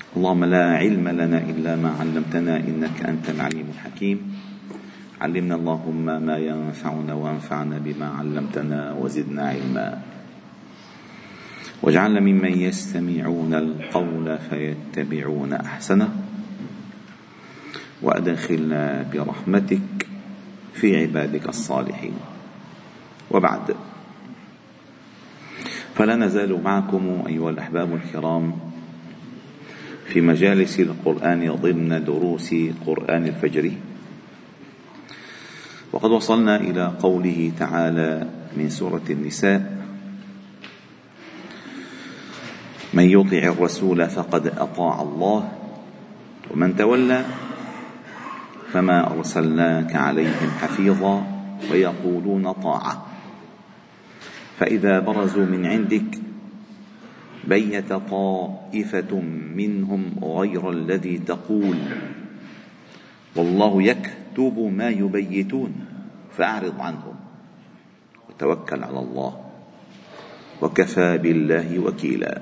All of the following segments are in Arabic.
اللهم لا علم لنا إلا ما علمتنا إنك أنت العليم الحكيم. علمنا اللهم ما ينفعنا وانفعنا بما علمتنا وزدنا علما، واجعلنا ممن يستمعون القول فيتبعون أحسنه، وأدخلنا برحمتك في عبادك الصالحين. وبعد، فلا نزال معكم أيها الأحباب الكرام في مجالس القرآن ضمن دروس قرآن الفجر، وقد وصلنا إلى قوله تعالى من سورة النساء: من يطع الرسول فقد أطاع الله ومن تولى فما أرسلناك عليهم حفيظا ويقولون طاعة فإذا برزوا من عندك بيت طائفة منهم غير الذي تقول والله يكتب ما يبيتون فأعرض عنهم وتوكل على الله وكفى بالله وكيلا.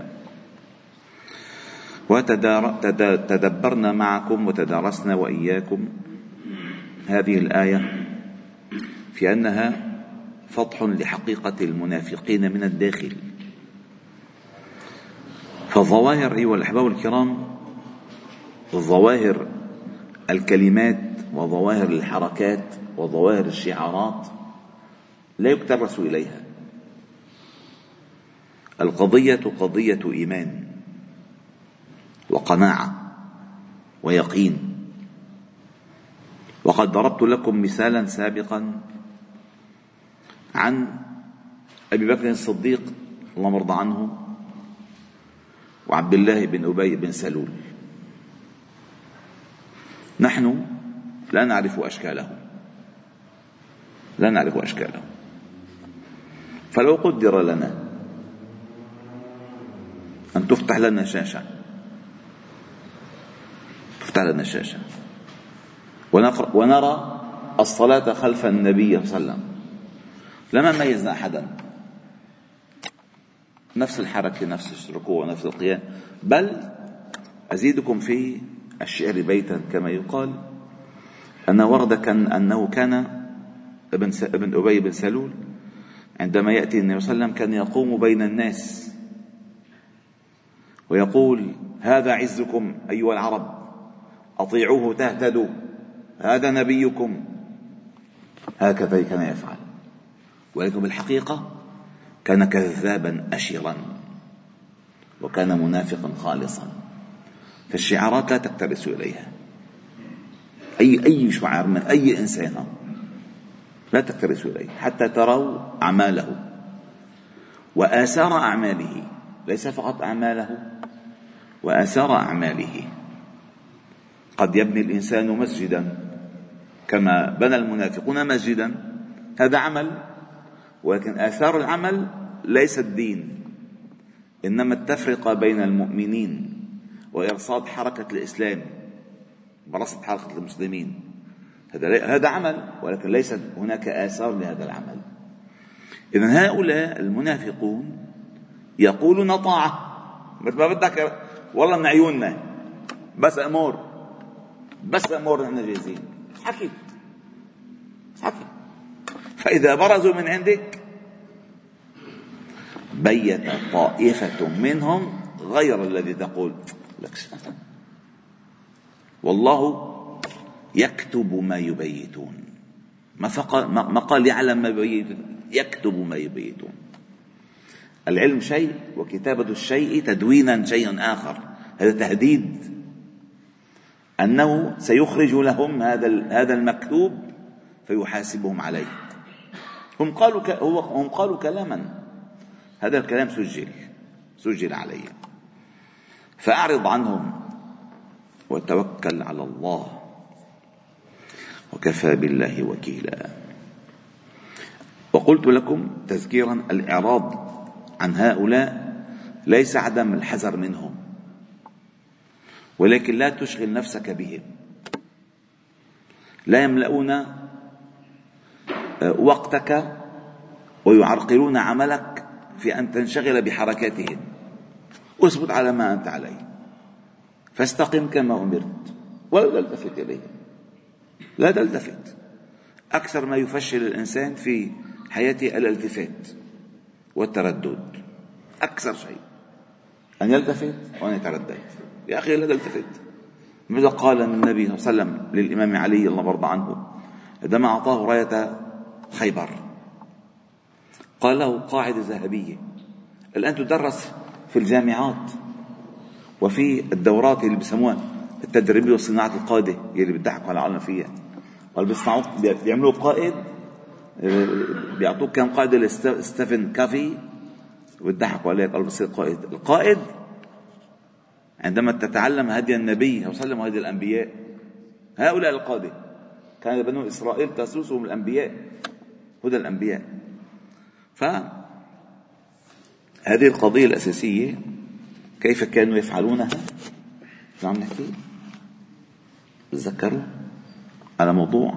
وتدبرنا معكم وتدارسنا وإياكم هذه الآية في أنها فضح لحقيقة المنافقين من الداخل. فالظواهر أيها الأحباب الكرام، الظواهر الكلمات وظواهر الحركات وظواهر الشعارات لا يكترث إليها. القضية قضية إيمان وقناعة ويقين. وقد ضربت لكم مثالا سابقا عن أبي بكر الصديق اللهم ارضى عنه وعبد الله بن أبي بن سلول. نحن لا نعرف أشكالهم، فلو قدر لنا أن تفتح لنا شاشة ونرى الصلاة خلف النبي صلى الله عليه وسلم لما ميزنا أحدا، نفس الحركة نفس الركوع نفس القيام. بل أزيدكم في الشعر بيتا كما يقال أن ورد أنه كان ابن أبي بن سلول عندما يأتي النبي صلى الله عليه وسلم كان يقوم بين الناس ويقول: هذا عزكم أيها العرب، أطيعوه تهتدوا، هذا نبيكم. هكذا كان يفعل، ولكن بالحقيقة كان كذابا أشرا وكان منافقا خالصا. فالشعارات لا تكترث إليها، أي شعار من أي إنسان لا تكترث إليه حتى تروا أعماله وآثار أعماله، ليس فقط أعماله وآثار أعماله. قد يبني الإنسان مسجدا كما بنى المنافقون مسجدا، هذا عمل، ولكن آثار العمل ليس الدين، إنما التفرقة بين المؤمنين وإرصاد حركة الإسلام برصد حركة المسلمين. هذا عمل، ولكن ليس هناك آثار لهذا العمل. إذن هؤلاء المنافقون يقولون طاعة، مثل ما بدك والله من عيوننا، بس أمور نحن جاهزين. حكي فإذا برزوا من عندك بيت طائفة منهم غير الذي تقول لك والله يكتب ما يبيتون. ما قال يعلم ما يبيتون، يكتب ما يبيتون. العلم شيء وكتابة الشيء تدوينا شيء آخر. هذا تهديد أنه سيخرج لهم هذا المكتوب فيحاسبهم عليه. هم قالوا كلاما، هذا الكلام سجل عليه. فأعرض عنهم وتوكل على الله وكفى بالله وكيلا. وقلت لكم تذكيرا: الإعراض عن هؤلاء ليس عدم الحذر منهم، ولكن لا تشغل نفسك بهم. لا يملؤون وقتك ويعرقلون عملك في أن تنشغل بحركاتهم. اثبت على ما أنت عليه، فاستقم كما أمرت ولا تلتفت إليه. لا تلتفت. أكثر ما يفشل الإنسان في حياته الالتفات والتردد. أكثر شيء أن يلتفت وأن يتردد. يا أخي لا تلتفت. ماذا قال النبي صلى الله عليه وسلم للإمام علي الله يرضى عنه عندما أعطاه راية خيبر؟ قال له قاعدة ذهبية الآن تدرس في الجامعات وفي الدورات اللي بيسموها التدريبية وصناعة القادة اللي بيضحكوا على العالم فيها. قال بيعملوا قائد، بيعطوك كم قاعدة لستيفن كافي وبيضحكوا عليك. قال بصير قائد. القائد عندما تتعلم هدي النبي صلى الله عليه وسلم وهدي الأنبياء، هؤلاء القادة كان بنو إسرائيل تسوسهم الأنبياء، هدى الأنبياء. فهذه القضية الأساسية كيف كانوا يفعلونها. شو عم نحكي؟ تذكروا على موضوع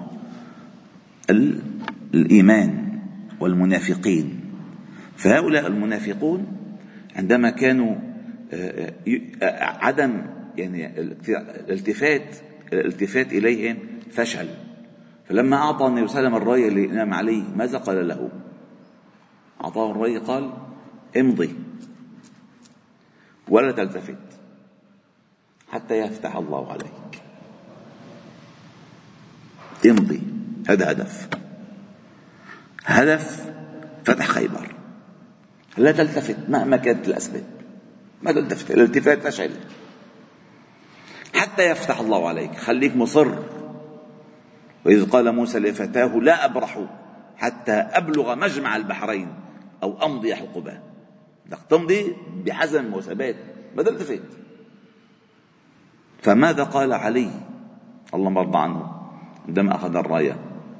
الإيمان والمنافقين. فهؤلاء المنافقون عندما كانوا عدم يعني الالتفات إليهم فشل. فلما أعطى النبي صلى الله عليه وسلم الراية للإمام علي ماذا قال له؟ أعطاه الراية قال امضي ولا تلتفت حتى يفتح الله عليك. امضي. هذا هدف فتح خيبر. لا تلتفت مهما كانت الأسباب. ما تلتفت. الالتفات فشل. حتى يفتح الله عليك. خليك مصر. وإذ قال موسى لفتاه لا أبرح حتى أبلغ مجمع البحرين أو أمضي حقبا. بدك تمضي بحزم وثبات ما تلتفت. فماذا قال علي اللهم ارضى عنه عندما أخذ الراية؟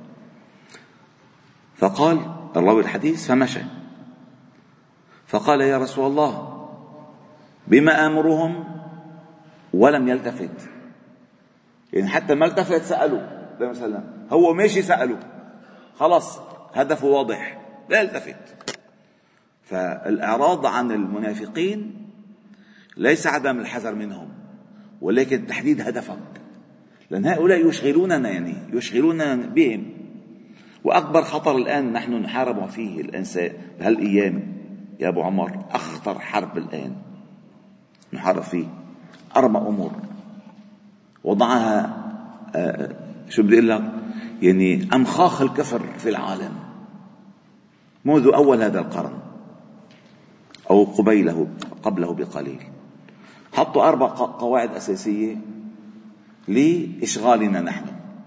فقال الراوي الحديث فمشى فقال يا رسول الله بما آمرهم ولم يلتفت. يعني حتى ما التفت سألوا مثلا هو ماشي سألوا خلاص هدفه واضح لا يلتفت. فالإعراض عن المنافقين ليس عدم الحذر منهم ولكن تحديد هدفك. لأن هؤلاء يشغلوننا بهم. وأكبر خطر الآن نحن نحارب فيه الإنسان بهالأيام يا أبو عمر، أخطر حرب الآن نحارب فيه 4 أمور وضعها شو بدي أقول لك يعني أمخاخ الكفر في العالم منذ أول هذا القرن أو قبله بقليل. حطوا 4 قواعد أساسية لإشغالنا نحن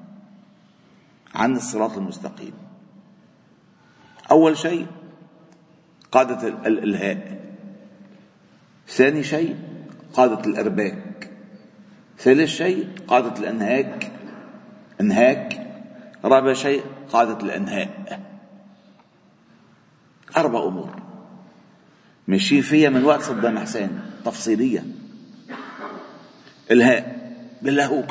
عن الصراط المستقيم. أول شيء قاعدة الإلهاء. ثاني شيء قاعدة الإرباك. ثالث شيء قاعدة الإنهاك. رابع شيء قاعدة الإنهاء. 4 أمور ماشيين فيها من وقت صدام حسين تفصيليا. إلهاء بالله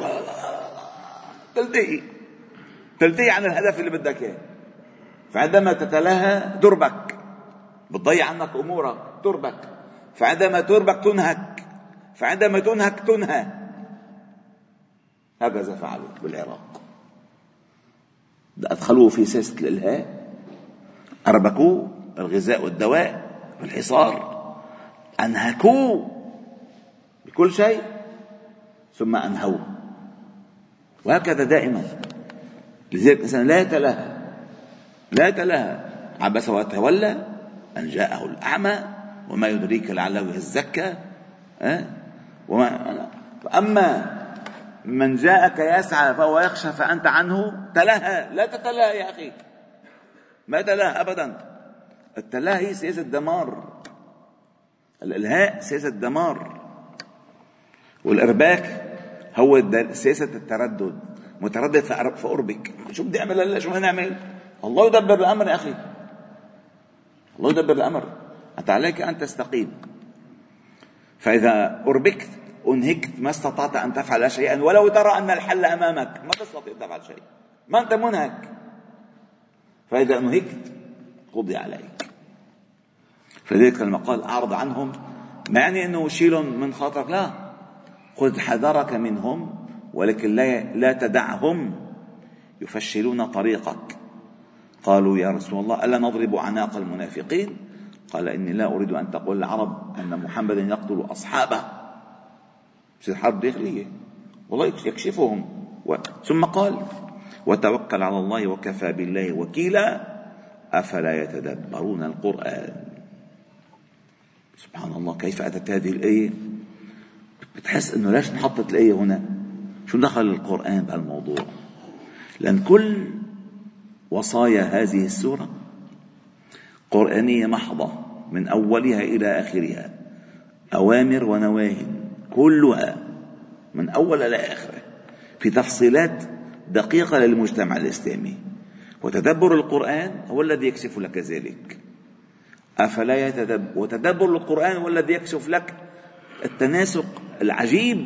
تلتهي عن الهدف اللي بدك اياه. فعندما تتلهى دربك بتضيع عنك امورك دربك. فعندما تربك تنهك. فعندما تنهك تنهى. هكذا فعلوا بالعراق. أدخلوه في سياسة الإلهاء. أربكوه الغذاء والدواء والحصار. أنهكوه بكل شيء ثم أنهوه. وهكذا دائما. لذلك الإنسان لا يتلهى. عبس وتولى أن جاءه الأعمى وما يدريك لعله يزكى. أما من جاءك يسعى فهو يخشى فأنت عنه تلهى. لا تتلهى يا أخي. ما تلهى أبدا. التلاهي سياسة دمار. الإلهاء سياسة دمار. والإرباك هو سياسة التردد. متردد في قربك. شو بدي أعمل هلا؟ شو هنعمل؟ الله يدبر الأمر يا أخي. الله يدبر الأمر. أنت عليك أن تستقيم. فإذا أربكت أنهكت ما استطعت أن تفعل شيئا ولو ترى أن الحل أمامك ما تستطيع تفعل شيء. ما أنت منهك. فإذا أنهكت قضي عليك. فذلك لما قال أعرض عنهم ما يعني أنه شيلهم من خاطرك. لا خذ حذرك منهم ولكن لا تدعهم يفشلون طريقك. قالوا يا رسول الله ألا نضرب أعناق المنافقين؟ قال إني لا أريد أن تقول العرب أن محمدا يقتل أصحابه، تصير حرب داخلية، والله يكشفهم. ثم قال وتوكل على الله وكفى بالله وكيلا أفلا يتدبرون القرآن. سبحان الله، كيف أتت هذه الآية؟ بتحس أنه ليش نحطت الآية هنا؟ شو دخل القرآن بهالموضوع؟ لأن كل وصايا هذه السورة قرآنية محضة من أولها إلى آخرها، أوامر ونواهي كلها من أول إلى آخره في تفصيلات دقيقة للمجتمع الإسلامي. وتدبر القرآن هو الذي يكشف لك ذلك. أفلا يتدبر، وتدبر القرآن هو الذي يكشف لك التناسق العجيب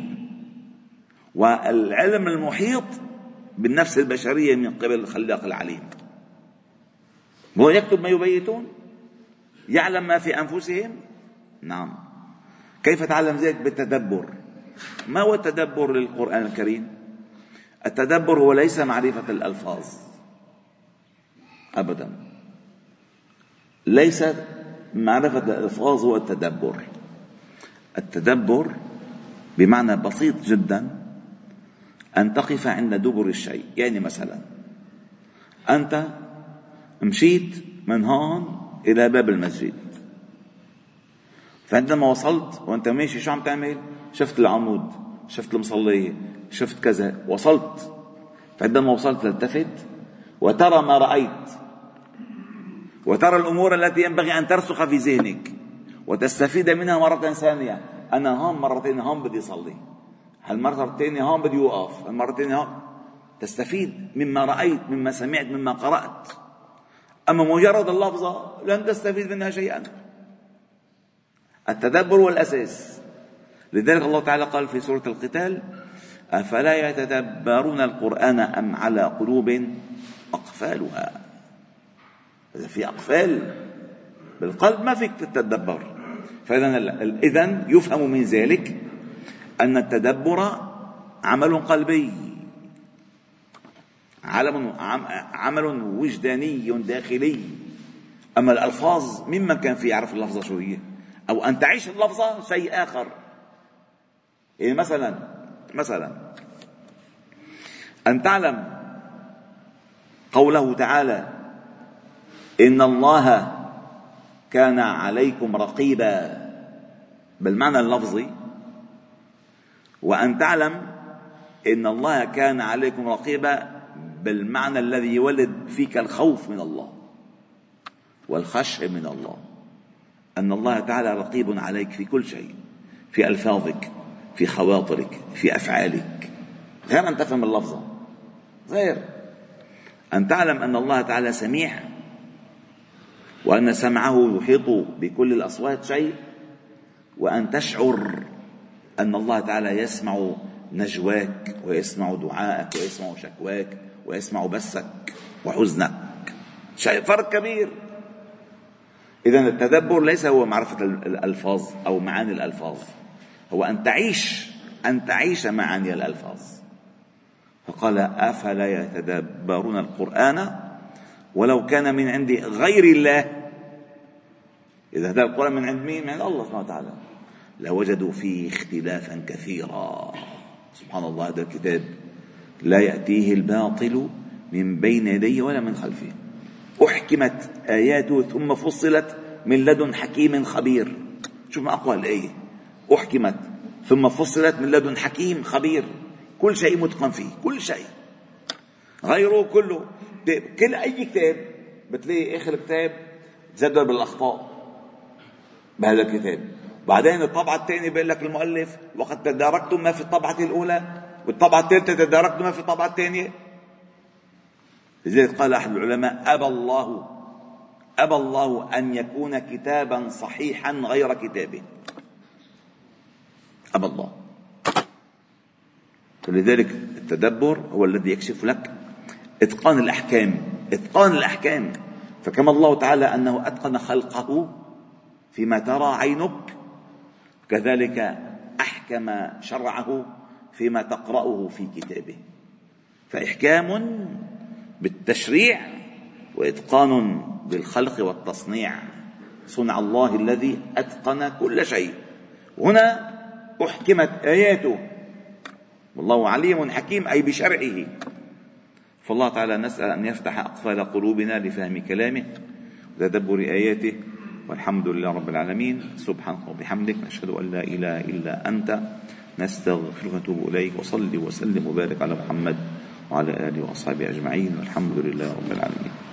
والعلم المحيط بالنفس البشرية من قبل الخلاق العليم. هو يكتب ما يبيتون، يعلم ما في أنفسهم. نعم. كيف تعلم ذلك؟ بالتدبر. ما هو التدبر للقرآن الكريم؟ التدبر هو ليس معرفة الألفاظ أبدا، ليس معرفة الألفاظ هو التدبر. التدبر بمعنى بسيط جدا أن تقف عند دبر الشيء. يعني مثلا أنت مشيت من هون إلى باب المسجد، فعندما وصلت وأنت ماشي شو عم تعمل؟ شفت العمود، شفت المصلية، شفت كذا، وصلت. فعندما وصلت تلتفت وترى ما رأيت، وترى الأمور التي ينبغي أن ترسخ في ذهنك وتستفيد منها مرة ثانية. أنا هون مرتين هون بدي صلي، هالمرة الثانية هون بدي أوقف، هالمرة الثانية هون. تستفيد مما رأيت، مما سمعت، مما قرأت. أما مجرد اللفظة لن تستفيد منها شيئا. التدبر هو الأساس. لذلك الله تعالى قال في سورة القتال أفلا يتدبرون القرآن أم على قلوب أقفالها. إذا في أقفال بالقلب ما فيك تتدبر. فإذن يفهم من ذلك أن التدبر عمل قلبي، عمل وجداني داخلي. أما الألفاظ ممن كان في يعرف اللفظة شو هي، أو أن تعيش اللفظة شيء آخر. يعني مثلا أن تعلم قوله تعالى إن الله كان عليكم رقيبا بالمعنى اللفظي، وأن تعلم إن الله كان عليكم رقيبا بالمعنى الذي يولد فيك الخوف من الله والخشية من الله. أن الله تعالى رقيب عليك في كل شيء، في ألفاظك، في خواطرك، في أفعالك، غير أن تفهم اللفظة. غير أن تعلم أن الله تعالى سميع، وأن سمعه يحيط بكل الأصوات شيء، وأن تشعر أن الله تعالى يسمع نجواك ويسمع دعائك ويسمع شكواك ويسمع بثك وحزنك. شيء فرق كبير. إذن التدبر ليس هو معرفة الألفاظ أو معاني الألفاظ، هو أن تعيش معاني الألفاظ. فقال أفلا يتدبرون القرآن ولو كان من عند غير الله. إذا هذا القرآن من عند مين؟ من عند الله سبحانه وتعالى. لوجدوا فيه اختلافا كثيرا. سبحان الله، هذا الكتاب لا يأتيه الباطل من بين يديه ولا من خلفه، أحكمت آياته ثم فصلت من لدن حكيم خبير. شوف ما أقوى الآية، أحكمت ثم فصلت من لدن حكيم خبير. كل شيء متقن فيه، كل شيء. غيره كله، كل أي كتاب بتلاقي آخر كتاب تجدر بالأخطاء بهذا الكتاب. بعدين الطبعة الثانية بيقول لك المؤلف وقد تداركتم ما في الطبعة الأولى، والطبعة الثالثة تداركتم ما في الطبعة الثانية. لذلك قال أحد العلماء أبى الله أن يكون كتابا صحيحا غير كتابه. أبى الله. فلذلك التدبر هو الذي يكشف لك إتقان الأحكام. فكما الله تعالى أنه أتقن خلقه فيما ترى عينك، كذلك أحكم شرعه فيما تقرأه في كتابه. فإحكام بالتشريع وإتقان بالخلق والتصنيع، صنع الله الذي أتقن كل شيء. هنا أحكمت آياته، والله عليم حكيم أي بشرعه. فالله تعالى نسأل أن يفتح أقفال قلوبنا لفهم كلامه وتدبر آياته، والحمد لله رب العالمين. سبحانك وبحمدك، نشهد أن لا إله إلا أنت، نستغفرك ونتوب إليك. وصلي وسلم وبارك على محمد وعلى آله وأصحابه أجمعين، والحمد لله رب العالمين.